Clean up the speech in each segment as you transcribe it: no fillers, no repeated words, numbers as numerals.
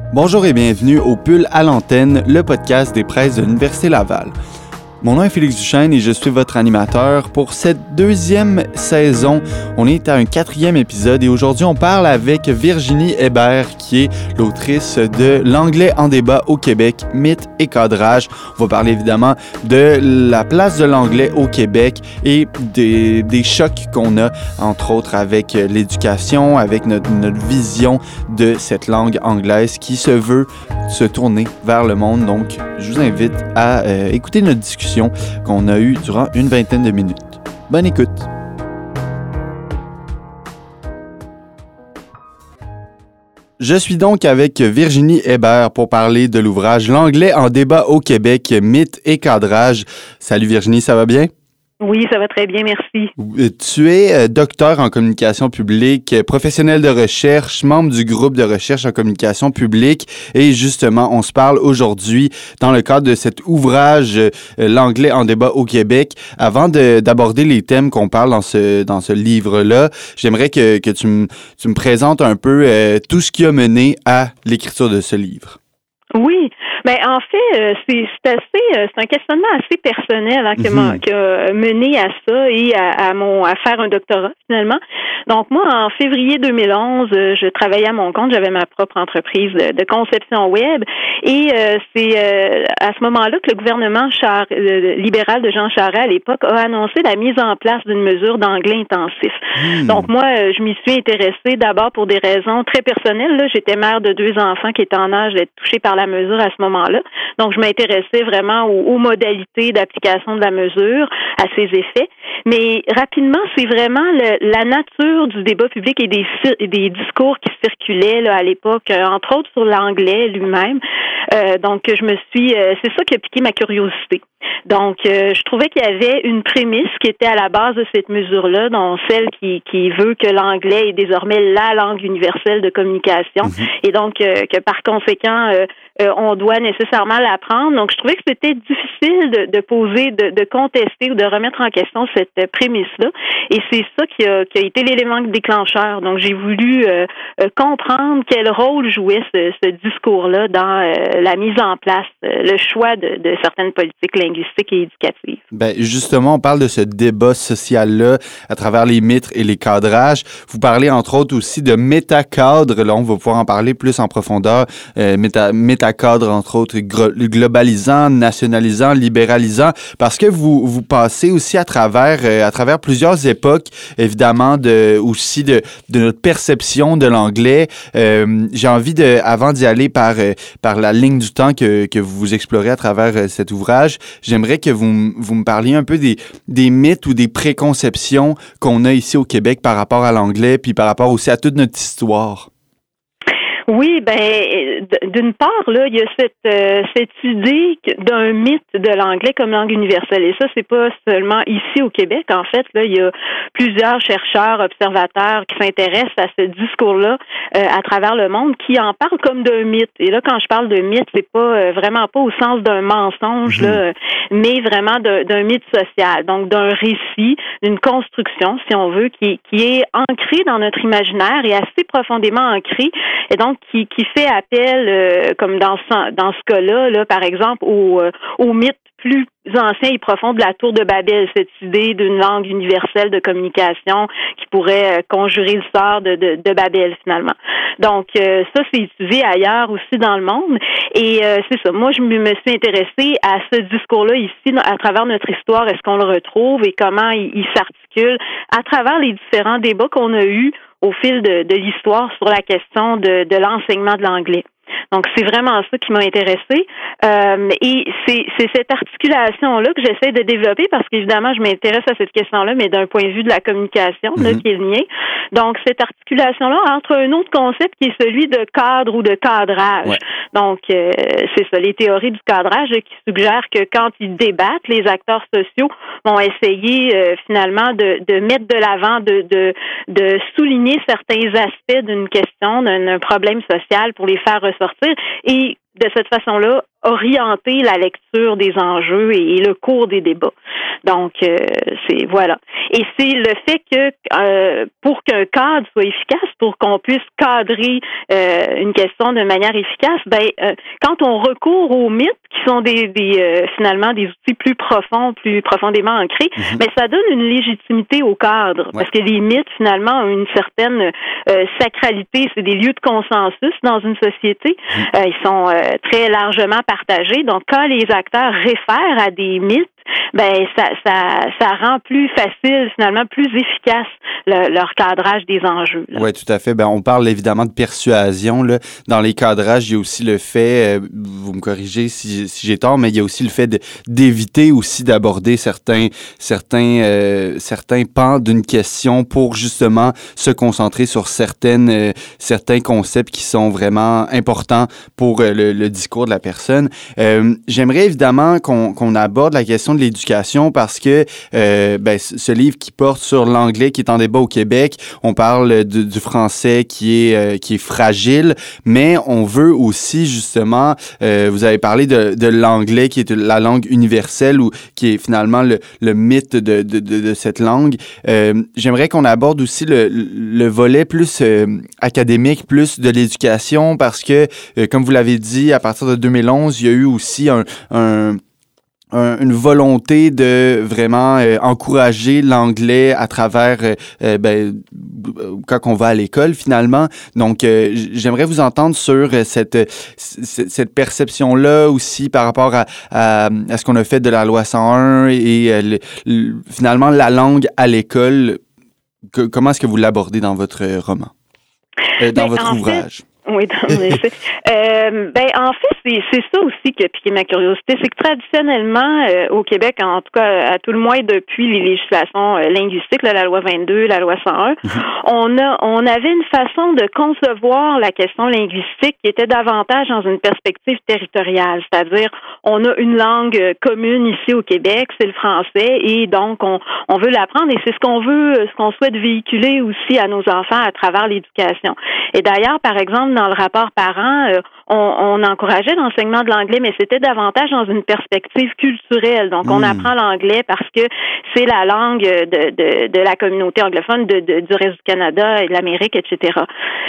Bonjour et bienvenue au Pull à l'antenne, le podcast des presses de l'Université Laval. Mon nom est Félix Duchesne et je suis votre animateur pour cette deuxième saison. On est à un 4e épisode et aujourd'hui on parle avec Virginie Hébert qui est l'autrice de L'anglais en débat au Québec, mythes et cadrage. On va parler évidemment de la place de l'anglais au Québec et des chocs qu'on a, entre autres avec l'éducation, avec notre vision de cette langue anglaise qui se veut se tourner vers le monde. Donc, je vous invite à écouter notre discussion qu'on a eue durant une vingtaine de minutes. Bonne écoute! Je suis donc avec Virginie Hébert pour parler de l'ouvrage L'anglais en débat au Québec, mythes et cadrage. Salut Virginie, ça va bien? Oui, ça va très bien, merci. Tu es docteur en communication publique, professionnel de recherche, membre du groupe de recherche en communication publique et justement, on se parle aujourd'hui dans le cadre de cet ouvrage L'anglais en débat au Québec. Avant d'aborder les thèmes qu'on parle dans ce livre-là, j'aimerais que tu me présentes un peu tout ce qui a mené à l'écriture de ce livre. Oui, mais en fait, c'est un questionnement assez personnel qui a mené à ça et à faire un doctorat finalement. Donc moi, en février 2011, je travaillais à mon compte, j'avais ma propre entreprise de conception web et c'est à ce moment-là que le gouvernement libéral de Jean Charest à l'époque a annoncé la mise en place d'une mesure d'anglais intensif. Donc moi, je m'y suis intéressée d'abord pour des raisons très personnelles. Là, j'étais mère de 2 enfants qui étaient en âge d'être touchés par la mesure à ce moment-là. Donc, je m'intéressais vraiment aux modalités d'application de la mesure, à ses effets. Mais rapidement, c'est vraiment la nature du débat public et des discours qui circulaient là, à l'époque, entre autres sur l'anglais lui-même. Donc, c'est ça qui a piqué ma curiosité. Donc, je trouvais qu'il y avait une prémisse qui était à la base de cette mesure-là, dont celle qui veut que l'anglais est désormais la langue universelle de communication, et donc que par conséquent, on doit nécessairement l'apprendre. Donc, je trouvais que c'était difficile de contester ou de remettre en question cette prémisse-là, et c'est ça qui a été l'élément déclencheur. Donc, j'ai voulu comprendre quel rôle jouait ce discours-là dans la mise en place, le choix de certaines politiques linguistiques et éducatives. Ben justement, on parle de ce débat social-là à travers les mythes et les cadrages. Vous parlez entre autres aussi de métacadre. Là, on va pouvoir en parler plus en profondeur. Métacadre, entre autres, globalisant, nationalisant, libéralisant, parce que vous passez aussi à travers plusieurs époques, évidemment, aussi de notre perception de l'anglais. J'ai envie avant d'y aller par la ligne du temps que vous explorez à travers cet ouvrage, j'aimerais que vous me parliez un peu des mythes ou des préconceptions qu'on a ici au Québec par rapport à l'anglais, puis par rapport aussi à toute notre histoire. Oui, d'une part, là, il y a cette idée d'un mythe de l'anglais comme langue universelle. Et ça, c'est pas seulement ici au Québec. En fait, là, il y a plusieurs chercheurs, observateurs qui s'intéressent à ce discours-là à travers le monde, qui en parlent comme d'un mythe. Et là, quand je parle de mythe, c'est pas vraiment pas au sens d'un mensonge, là, mais vraiment d'un mythe social. Donc, d'un récit, d'une construction, si on veut, qui est ancré dans notre imaginaire et assez profondément ancré. Et donc, qui fait appel, comme dans ce cas-là, là, par exemple, au mythe plus ancien et profond de la tour de Babel, cette idée d'une langue universelle de communication qui pourrait conjurer le sort de Babel, finalement. Donc, ça, c'est utilisé ailleurs aussi dans le monde. Et c'est ça. Moi, je me suis intéressée à ce discours-là ici, à travers notre histoire. Est-ce qu'on le retrouve et comment il s'articule à travers les différents débats qu'on a eus au fil de l'histoire sur la question de l'enseignement de l'anglais. Donc, c'est vraiment ça qui m'a intéressée. Et c'est cette articulation-là que j'essaie de développer parce qu'évidemment, je m'intéresse à cette question-là, mais d'un point de vue de la communication, là, qui est le mien. Donc, cette articulation-là entre un autre concept qui est celui de cadre ou de cadrage. Ouais. Donc, c'est ça, les théories du cadrage qui suggèrent que quand ils débattent, les acteurs sociaux vont essayer finalement de mettre de l'avant, de souligner certains aspects d'une question, d'un problème social pour les faire ressortir et de cette façon-là, orienter la lecture des enjeux et le cours des débats. Donc, c'est voilà. Et c'est le fait que pour qu'un cadre soit efficace, pour qu'on puisse cadrer une question de manière efficace, quand on recourt aux mythes, qui sont finalement des outils plus profonds, plus profondément ancrés, ça donne une légitimité au cadre. Parce que les mythes, finalement, ont une certaine sacralité. C'est des lieux de consensus dans une société. Ils sont très largement partagés. Donc, quand les acteurs réfèrent à des mythes, ça rend plus facile, finalement, plus efficace leur cadrage des enjeux. Oui, tout à fait. On parle évidemment de persuasion. Là. Dans les cadrages, il y a aussi le fait, vous me corrigez si j'ai tort, mais il y a aussi le fait d'éviter aussi d'aborder certains pans d'une question pour justement se concentrer sur certains concepts qui sont vraiment importants pour le discours de la personne. J'aimerais évidemment qu'on aborde la question de l'éducation parce que ce livre qui porte sur l'anglais qui est en débat au Québec, on parle du français qui est fragile, mais on veut aussi justement, vous avez parlé de l'anglais qui est la langue universelle ou qui est finalement le mythe de cette langue. J'aimerais qu'on aborde aussi le volet plus académique, plus de l'éducation parce que, comme vous l'avez dit, à partir de 2011, il y a eu aussi une volonté de vraiment encourager l'anglais à travers quand on va à l'école finalement. Donc j'aimerais vous entendre sur cette perception-là aussi par rapport à ce qu'on a fait de la loi 101 et finalement la langue à l'école. Comment est-ce que vous l'abordez dans votre roman, dans votre ouvrage? Oui, dans mon essai. En fait, c'est ça aussi qui a piqué ma curiosité. C'est que traditionnellement, au Québec, en tout cas, à tout le moins depuis les législations linguistiques, la loi 22, la loi 101, on avait une façon de concevoir la question linguistique qui était davantage dans une perspective territoriale. C'est-à-dire, on a une langue commune ici au Québec, c'est le français, et donc on veut l'apprendre, et c'est ce qu'on souhaite véhiculer aussi à nos enfants à travers l'éducation. Et d'ailleurs, par exemple, dans le rapport parent, on encourageait l'enseignement de l'anglais, mais c'était davantage dans une perspective culturelle. Donc, on apprend l'anglais parce que c'est la langue de la communauté anglophone du reste du Canada et de l'Amérique, etc.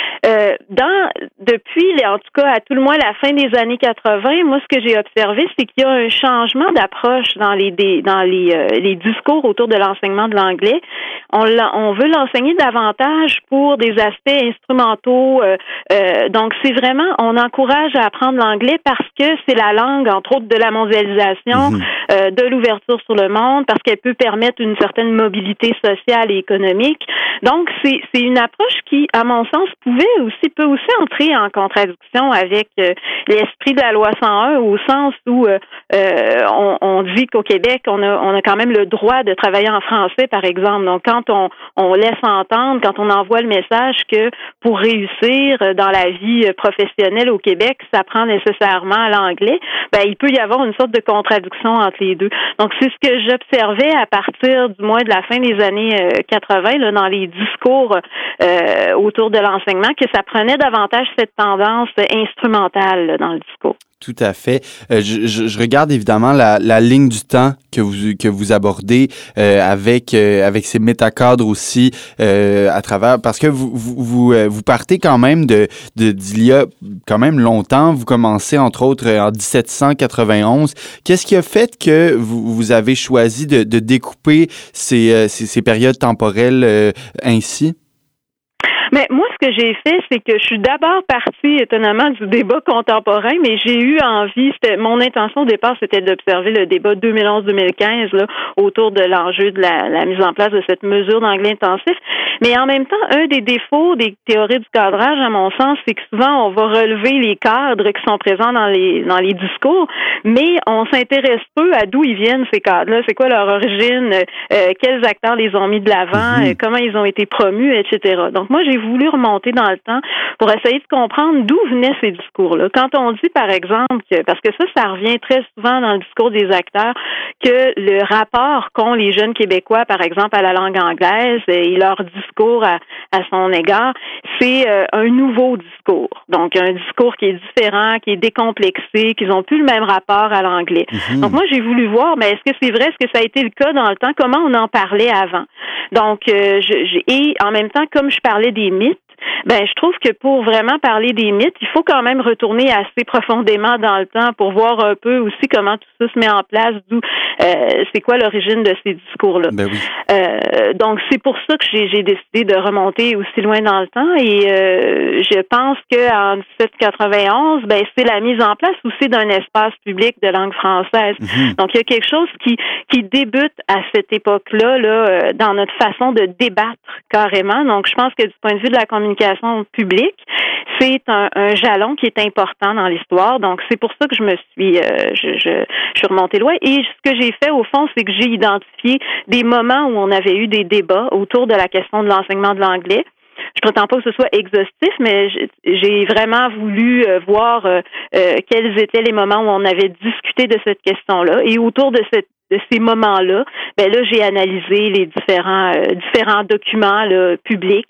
Depuis, en tout cas, à tout le moins la fin des années 80, moi, ce que j'ai observé, c'est qu'il y a un changement d'approche dans les discours autour de l'enseignement de l'anglais. On veut l'enseigner davantage pour des aspects instrumentaux. Donc, c'est vraiment, on encourage à apprendre l'anglais parce que c'est la langue, entre autres, de la mondialisation, de l'ouverture sur le monde, parce qu'elle peut permettre une certaine mobilité sociale et économique. Donc, c'est une approche qui, à mon sens, peut aussi entrer en contradiction avec l'esprit de la loi 101 au sens où on dit qu'au Québec, on a quand même le droit de travailler en français, par exemple. Donc, quand on laisse entendre, quand on envoie le message que pour réussir dans la vie professionnelle au Québec, ça prend nécessairement l'anglais, il peut y avoir une sorte de contradiction entre les deux. Donc, c'est ce que j'observais à partir du moins de la fin des années 80, là, dans les discours autour de l'enseignement, que ça prenait davantage cette tendance instrumentale là, dans le discours. Tout à fait. Je regarde évidemment la ligne du temps que vous abordez avec ces métacadres aussi à travers, parce que vous partez quand même d'il y a quand même longtemps. Vous commencez entre autres en 1791. Qu'est-ce qui a fait que vous avez choisi de découper ces périodes temporelles ainsi? Mais moi, ce que j'ai fait, c'est que je suis d'abord partie, étonnamment, du débat contemporain, mais j'ai eu envie, mon intention au départ, c'était d'observer le débat 2011-2015 là, autour de l'enjeu de la mise en place de cette mesure d'anglais intensif. Mais en même temps, un des défauts des théories du cadrage, à mon sens, c'est que souvent, on va relever les cadres qui sont présents dans les discours, mais on s'intéresse peu à d'où ils viennent, ces cadres-là, c'est quoi leur origine, quels acteurs les ont mis de l'avant, comment ils ont été promus, etc. Donc, moi, j'ai voulu remonter dans le temps pour essayer de comprendre d'où venaient ces discours-là. Quand on dit, par exemple, parce que ça revient très souvent dans le discours des acteurs, que le rapport qu'ont les jeunes Québécois, par exemple, à la langue anglaise et leur discours à son égard, c'est un nouveau discours. Donc, un discours qui est différent, qui est décomplexé, qu'ils n'ont plus le même rapport à l'anglais. Mm-hmm. Donc, moi, j'ai voulu voir, mais est-ce que c'est vrai, est-ce que ça a été le cas dans le temps? Comment on en parlait avant? Donc, et en même temps, comme je parlais des mythes, ben, je trouve que pour vraiment parler des mythes, il faut quand même retourner assez profondément dans le temps pour voir un peu aussi comment tout ça se met en place, d'où c'est quoi l'origine de ces discours-là. Ben oui. Donc, c'est pour ça que j'ai décidé de remonter aussi loin dans le temps et je pense qu'en 1791, ben, c'est la mise en place aussi d'un espace public de langue française. Mm-hmm. Donc, il y a quelque chose qui débute à cette époque-là, là, dans notre façon de débattre carrément. Donc, je pense que du point de vue de la communication c'est un jalon qui est important dans l'histoire. Donc, c'est pour ça que je suis remontée loin. Et ce que j'ai fait, au fond, c'est que j'ai identifié des moments où on avait eu des débats autour de la question de l'enseignement de l'anglais. Je prétends pas que ce soit exhaustif, mais j'ai vraiment voulu voir quels étaient les moments où on avait discuté de cette question-là. Et autour de ces moments-là, ben là, j'ai analysé les différents documents là, publics,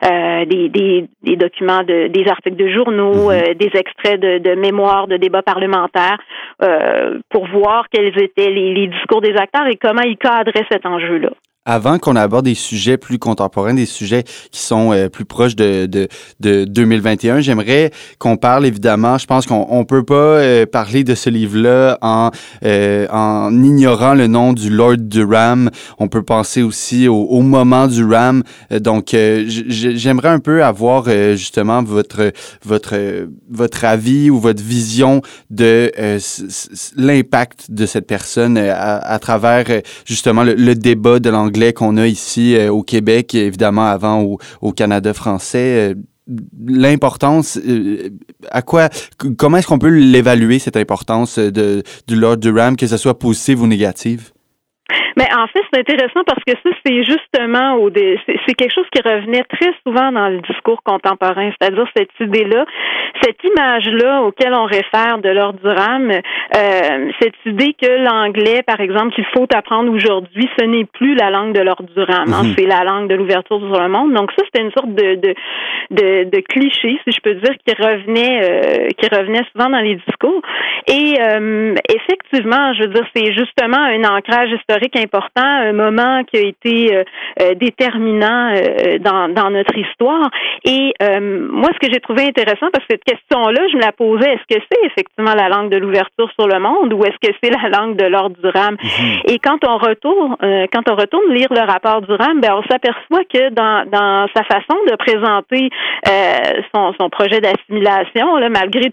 des documents des articles de journaux, des extraits de mémoires de débats parlementaires, pour voir quels étaient les discours des acteurs et comment ils cadraient cet enjeu-là. Avant qu'on aborde des sujets plus contemporains, des sujets qui sont plus proches de 2021, j'aimerais qu'on parle évidemment, je pense qu'on peut pas parler de ce livre-là en ignorant le nom du Lord Durham. On peut penser aussi au moment Durham. Donc, j'aimerais un peu avoir justement votre avis ou votre vision de l'impact de cette personne à travers justement le débat de l'anglais qu'on a ici au Québec, évidemment avant au Canada français. L'importance, comment est-ce qu'on peut l'évaluer, cette importance du Lord Durham, que ce soit positive ou négative? Mais en fait, c'est intéressant parce que ça, c'est justement c'est quelque chose qui revenait très souvent dans le discours contemporain, c'est-à-dire cette idée-là, cette image-là auquel on réfère de Lord Durham, cette idée que l'anglais, par exemple, qu'il faut apprendre aujourd'hui, ce n'est plus la langue de Lord Durham, hein, c'est la langue de l'ouverture sur le monde. Donc ça, c'était une sorte de cliché, si je peux dire, qui revenait souvent dans les discours. Et effectivement, je veux dire, c'est justement un ancrage historique important, un moment qui a été déterminant dans notre histoire. Et moi, ce que j'ai trouvé intéressant, parce que cette question-là, je me la posais, est-ce que c'est effectivement la langue de l'ouverture sur le monde ou est-ce que c'est la langue de Lord Durham? Et quand on retourne lire le rapport Durham, ben on s'aperçoit que dans sa façon de présenter son projet d'assimilation, là, malgré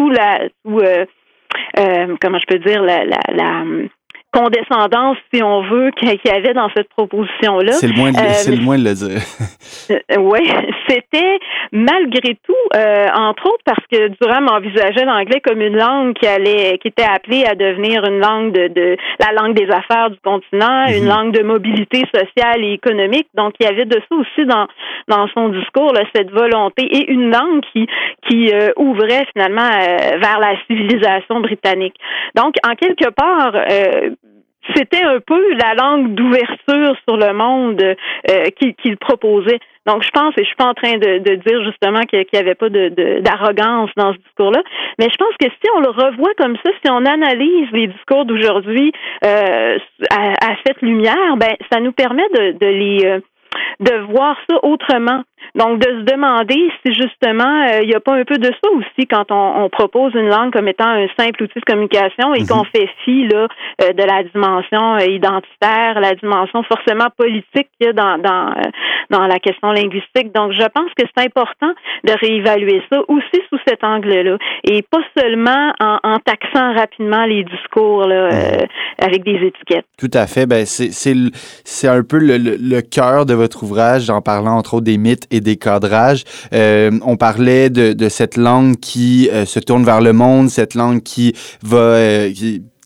comment je peux dire, la condescendance, si on veut, qu'il y avait dans cette proposition-là. C'est le moins de le dire. Oui, c'était malgré tout, entre autres parce que Durham envisageait l'anglais comme une langue qui était appelée à devenir une langue de la langue des affaires du continent, une langue de mobilité sociale et économique. Donc, il y avait de ça aussi dans son discours, là, cette volonté et une langue qui ouvrait finalement vers la civilisation britannique. Donc, en quelque part, c'était un peu la langue d'ouverture sur le monde qu'il proposait. Donc, je pense, et je suis pas en train de dire justement qu'il n'y avait pas d'arrogance dans ce discours-là, mais je pense que si on le revoit comme ça, si on analyse les discours d'aujourd'hui à cette lumière, ben ça nous permet de voir ça autrement. Donc, de se demander si justement il n'y a pas un peu de ça aussi quand on propose une langue comme étant un simple outil de communication et qu'on fait fi là de la dimension identitaire, la dimension forcément politique qu'il y a dans la question linguistique. Donc, je pense que c'est important de réévaluer ça aussi sous cet angle-là et pas seulement en taxant rapidement les discours là, avec des étiquettes. Tout à fait. Ben c'est un peu le cœur de votre ouvrage en parlant entre autres des mythes et des cadrages. On parlait de cette langue qui se tourne vers le monde, cette langue qui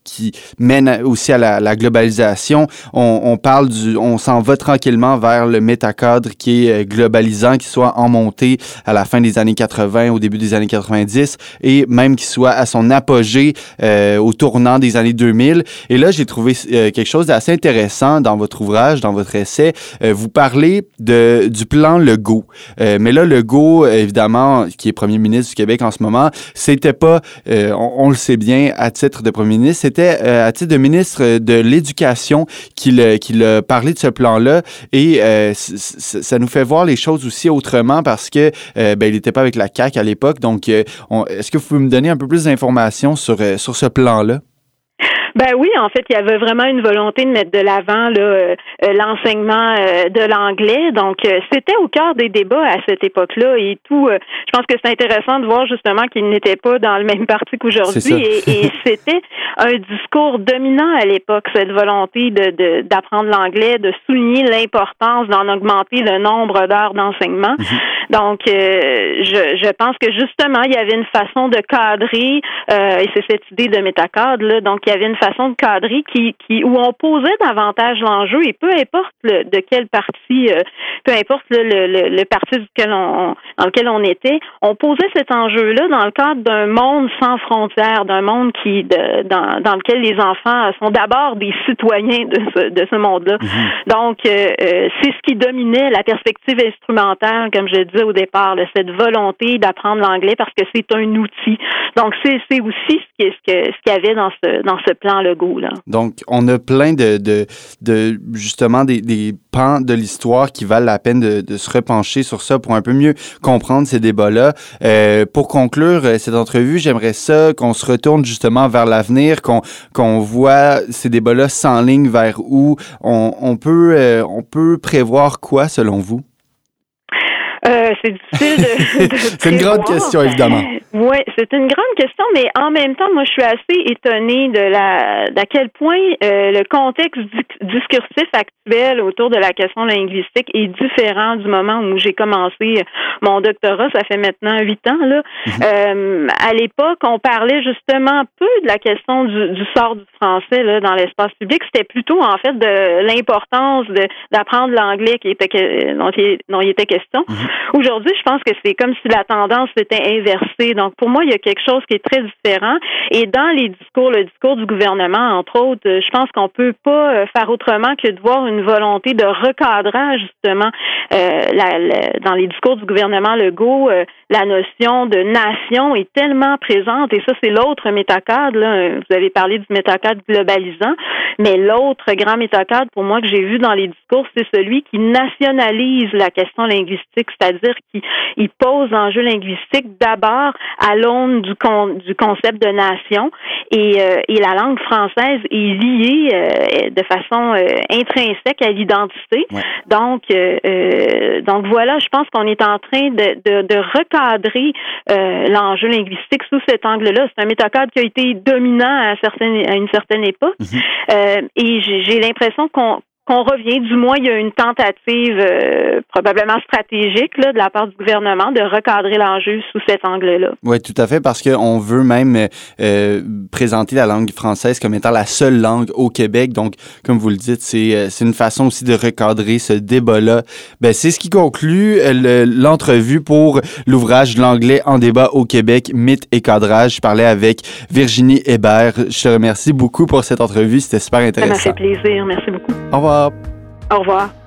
qui mène aussi à la globalisation. On parle on s'en va tranquillement vers le métacadre qui est globalisant, qui soit en montée à la fin des années 80, au début des années 90, et même qui soit à son apogée au tournant des années 2000. Et là, j'ai trouvé quelque chose d'assez intéressant dans votre ouvrage, dans votre essai. Vous parlez du plan Legault. Mais là, Legault, évidemment, qui est premier ministre du Québec en ce moment, c'était pas, on le sait bien, à titre de premier ministre, c'était à titre de ministre de l'Éducation qu'il a parlé de ce plan-là. Et ça nous fait voir les choses aussi autrement parce que il n'était pas avec la CAQ à l'époque. Donc, est-ce que vous pouvez me donner un peu plus d'informations sur ce plan-là? Ben oui, en fait, il y avait vraiment une volonté de mettre de l'avant l'enseignement de l'anglais. Donc, c'était au cœur des débats à cette époque-là et tout. Je pense que c'est intéressant de voir justement qu'il n'était pas dans le même parti qu'aujourd'hui. Et c'était un discours dominant à l'époque, cette volonté d'apprendre l'anglais, de souligner l'importance d'en augmenter le nombre d'heures d'enseignement. Donc, je pense que justement, il y avait une façon de cadrer, et c'est cette idée de métacadre, là, donc il y avait une façon de cadrer où on posait davantage l'enjeu et peu importe de quel parti, peu importe le parti dans lequel on était, on posait cet enjeu-là dans le cadre d'un monde sans frontières, d'un monde dans lequel les enfants sont d'abord des citoyens de ce monde-là. Donc, c'est ce qui dominait la perspective instrumentale, comme je disais au départ, cette volonté d'apprendre l'anglais parce que c'est un outil. Donc, c'est aussi ce qu'il y avait dans ce plan Legault, là. Donc, on a plein de justement des pans de l'histoire qui valent la peine de se repencher sur ça pour un peu mieux comprendre ces débats-là. Pour conclure cette entrevue, j'aimerais ça qu'on se retourne justement vers l'avenir, qu'on voit ces débats-là s'enlignent vers où on peut prévoir quoi, selon vous? C'est difficile de C'est une grande question, évidemment. Oui, c'est une grande question, mais en même temps, moi, je suis assez étonnée d'à quel point le contexte discursif actuel autour de la question linguistique est différent du moment où j'ai commencé mon doctorat. Ça fait maintenant 8 ans, là. À l'époque, on parlait justement peu de la question du sort du français là, dans l'espace public. C'était plutôt, en fait, de l'importance d'apprendre l'anglais dont il était question. Aujourd'hui, je pense que c'est comme si la tendance s'était inversée. Donc, pour moi, il y a quelque chose qui est très différent. Et dans le discours du gouvernement, entre autres, je pense qu'on peut pas faire autrement que de voir une volonté de recadrage, justement, dans les discours du gouvernement Legault, la notion de nation est tellement présente. Et ça, c'est l'autre métacadre, là. Vous avez parlé du métacadre globalisant, mais l'autre grand métacadre, pour moi, que j'ai vu dans les discours, c'est celui qui nationalise la question linguistique, c'est-à-dire qu'il pose l'enjeu linguistique d'abord à l'aune du concept de nation et la langue française est liée de façon intrinsèque à l'identité. Ouais. Donc voilà, je pense qu'on est en train de recadrer l'enjeu linguistique sous cet angle-là. C'est un métacadre qui a été dominant à une certaine époque et j'ai l'impression qu'on revient, du moins, il y a une tentative probablement stratégique là, de la part du gouvernement de recadrer l'enjeu sous cet angle-là. Oui, tout à fait, parce qu'on veut même présenter la langue française comme étant la seule langue au Québec. Donc, comme vous le dites, c'est une façon aussi de recadrer ce débat-là. Ben, c'est ce qui conclut l'entrevue pour l'ouvrage L'anglais en débat au Québec, mythe et cadrage. Je parlais avec Virginie Hébert. Je te remercie beaucoup pour cette entrevue. C'était super intéressant. Ça m'a fait plaisir. Merci beaucoup. Au revoir. Au revoir.